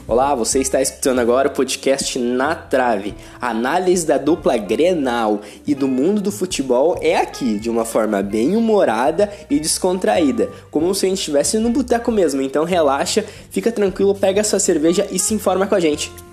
Olá, você está escutando agora o podcast Na Trave. A análise da dupla Grenal e do mundo do futebol é aqui, de uma forma bem humorada e descontraída, como se a gente estivesse no boteco mesmo. Então relaxa, fica tranquilo, pega sua cerveja e se informa com a gente.